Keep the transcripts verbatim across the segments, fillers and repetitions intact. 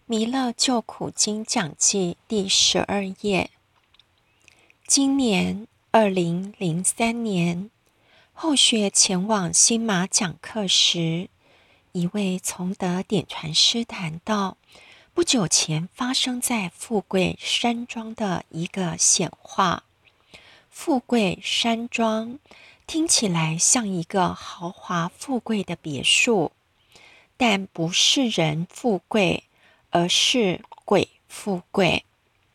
弥勒救苦经讲记第十二页。今年二零零三年，后学前往新马讲课时，一位崇德典传师谈到，不久前发生在富贵山庄的一个显化。富贵山庄听起来像一个豪华富贵的别墅，但不是人富贵，而是鬼富贵。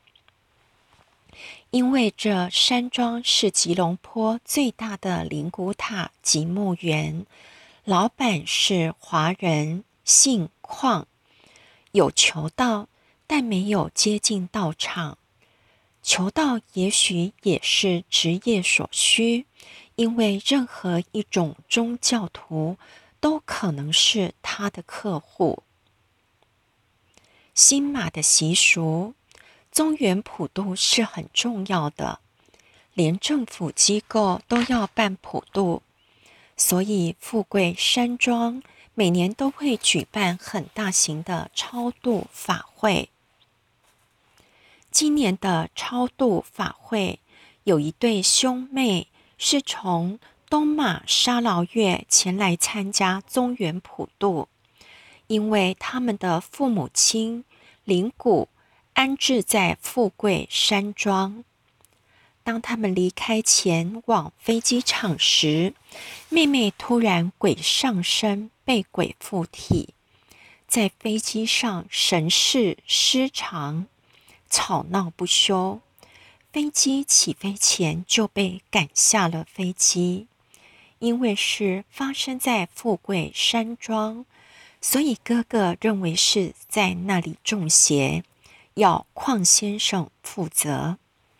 因为这山庄是吉隆坡最大的灵骨塔及墓园，老板是华人，姓邝，有求道，但没有接近道场。求道也许也是职业所需，因为任何一种宗教徒都可能是他的客户。新马的习俗，宗源普渡是很重要的，连政府机构都要办普渡，所以富贵山庄每年都会举办很大型的超度法会。今年的超度法会，有一对兄妹是从东马沙劳越前来参加宗源普渡，因为他们的父母亲灵骨安置在富贵山庄。当他们离开前往飞机场时，妹妹突然鬼上身，被鬼附体，在飞机上神志失常，吵闹不休。飞机起飞前就被赶下了飞机。因为是发生在富贵山庄，所以哥哥认为是在那里中邪，要邝先生负责。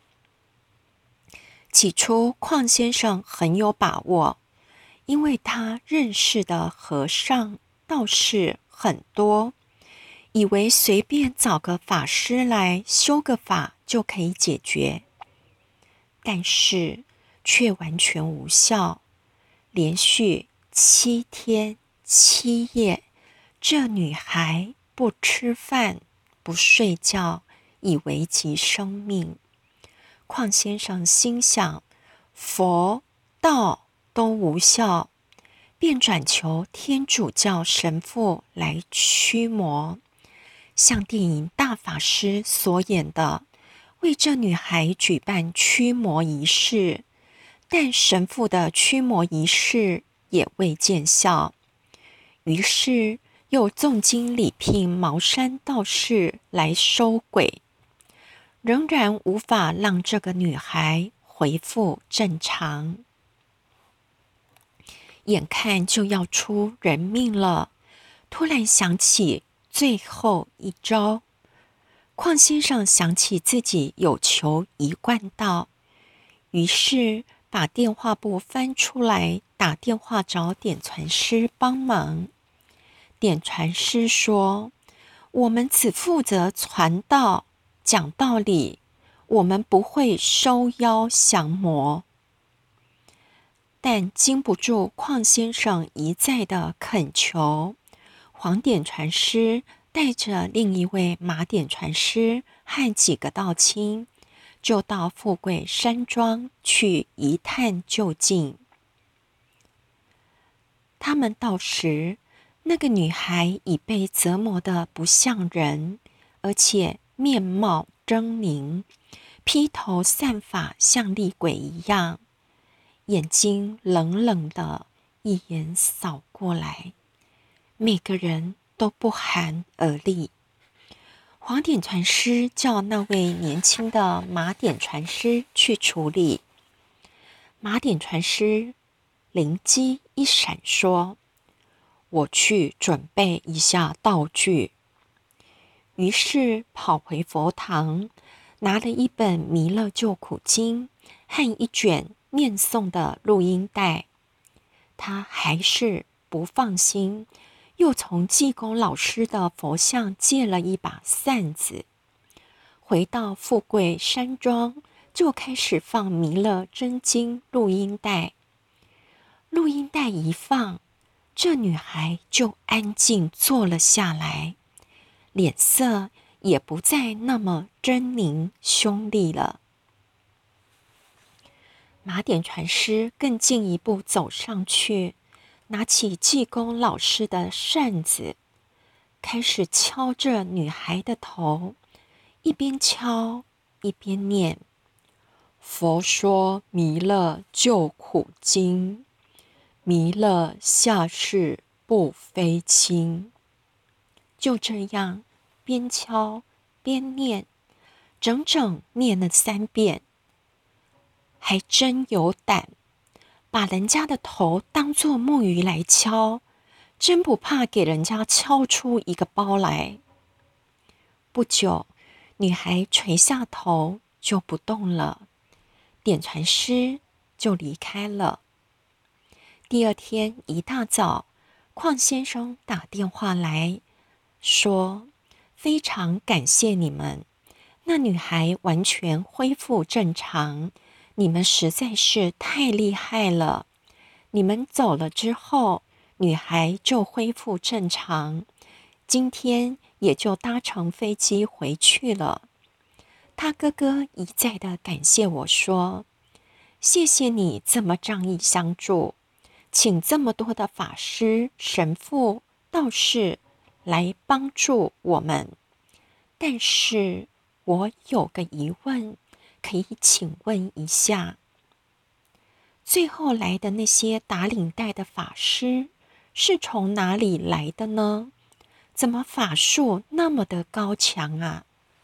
起初邝先生很有把握，因为他认识的和尚道士很多，以为随便找个法师来修个法就可以解决，但是却完全无效。连续七天七夜，这女孩不吃饭不睡觉，以危及生命。邝先生心想，佛道都无效，便转求天主教神父来驱魔，像电影《大法师》所演的，为这女孩举办驱魔仪式。但神父的驱魔仪式也未见效，于是又重金礼聘茅山道士来收鬼，仍然无法让这个女孩恢复正常。眼看就要出人命了，突然想起最后一招。邝先生想起自己有求一贯道，于是把电话簿翻出来，打电话找点传师帮忙。点传师说，我们只负责传道讲道理，我们不会收妖降魔。但经不住邝先生一再的恳求，黄点传师带着另一位马点传师和几个道亲，就到富贵山庄去一探究竟。他们到时，那个女孩已被折磨得不像人，而且面貌狰狞，披头散发像厉鬼一样，眼睛冷冷的一眼扫过来，每个人都不寒而栗。黄点传师叫那位年轻的马点传师去处理。马点传师灵机一闪说，我去准备一下道具。于是跑回佛堂，拿了一本弥勒救苦经和一卷念诵的录音带。他还是不放心，又从济公老师的佛像借了一把扇子，回到富贵山庄，就开始放弥勒真经录音带。录音带一放，这女孩就安静坐了下来， 脸色也不再那么狰狞凶厉了。马典传师更进一步走上去，拿起济公老师的扇子，开始敲着女孩的头，一边敲一边念：佛说弥勒救苦经，弥勒下世不非轻。就这样边敲边念，整整念了三遍，还真有胆，把人家的头当作木鱼来敲，真不怕给人家敲出一个包来。不久，女孩垂下头就不动了，点传师就离开了。第二天一大早，邝先生打电话来说，非常感谢你们，那女孩完全恢复正常，你们实在是太厉害了。你们走了之后，女孩就恢复正常，今天也就搭乘飞机回去了。他哥哥一再的感谢我说，谢谢你这么仗义相助，请这么多的法师、神父、道士来帮助我们。但是我有个疑问，可以请问一下，最后来的那些打领带的法师是从哪里来的呢？怎么法术那么的高强啊？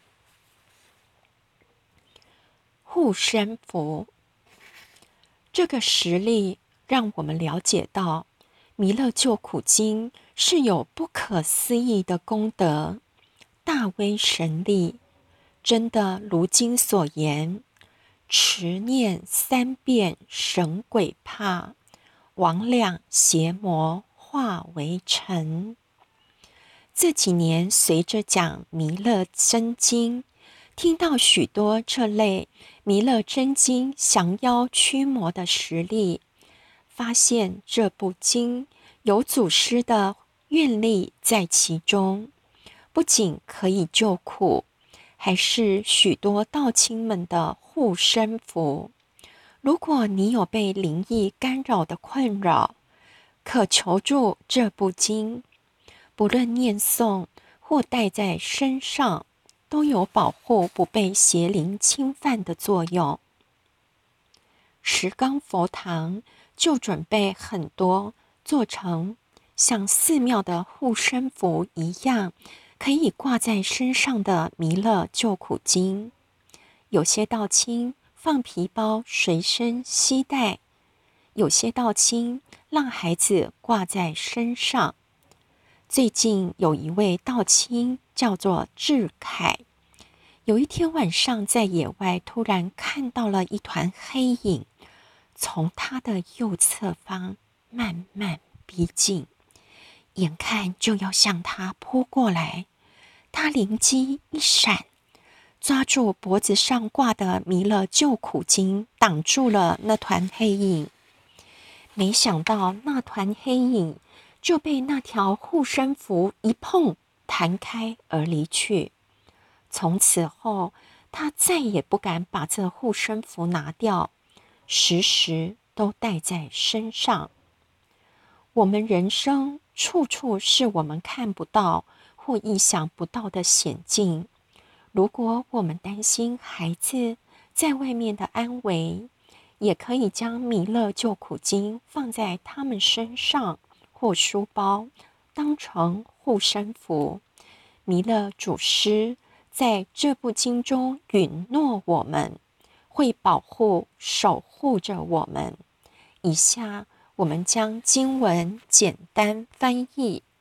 护身符这个实例让我们了解到，弥勒救苦经是有不可思议的功德，大威神力，真的如经所言，持念三遍神鬼怕，魍魉邪魔化为尘。这几年随着讲弥勒真经，听到许多这类弥勒真经降妖驱魔的实例，发现这部经有祖师的愿力在其中，不仅可以救苦，还是许多道亲们的护身符。如果你有被灵异干扰的困扰，可求助这部经，不论念诵或带在身上，都有保护不被邪灵侵犯的作用。石冈佛堂就准备很多做成像寺庙的护身符一样，可以挂在身上的弥勒救苦经。有些道亲放皮包随身携带，有些道亲让孩子挂在身上。最近有一位道亲叫做智凯，有一天晚上在野外突然看到了一团黑影，从他的右侧方慢慢逼近，眼看就要向他扑过来。他灵机一闪，抓住脖子上挂的弥勒救苦经，挡住了那团黑影。没想到那团黑影就被那条护身符一碰，弹开而离去。从此后，他再也不敢把这护身符拿掉，时时都带在身上。我们人生处处是我们看不到或意想不到的险境。如果我们担心孩子在外面的安危，也可以将弥勒救苦经放在他们身上或书包，当成护身符。弥勒祖师在这部经中允诺我们，会保护守护着我们。以下我们将经文简单翻译。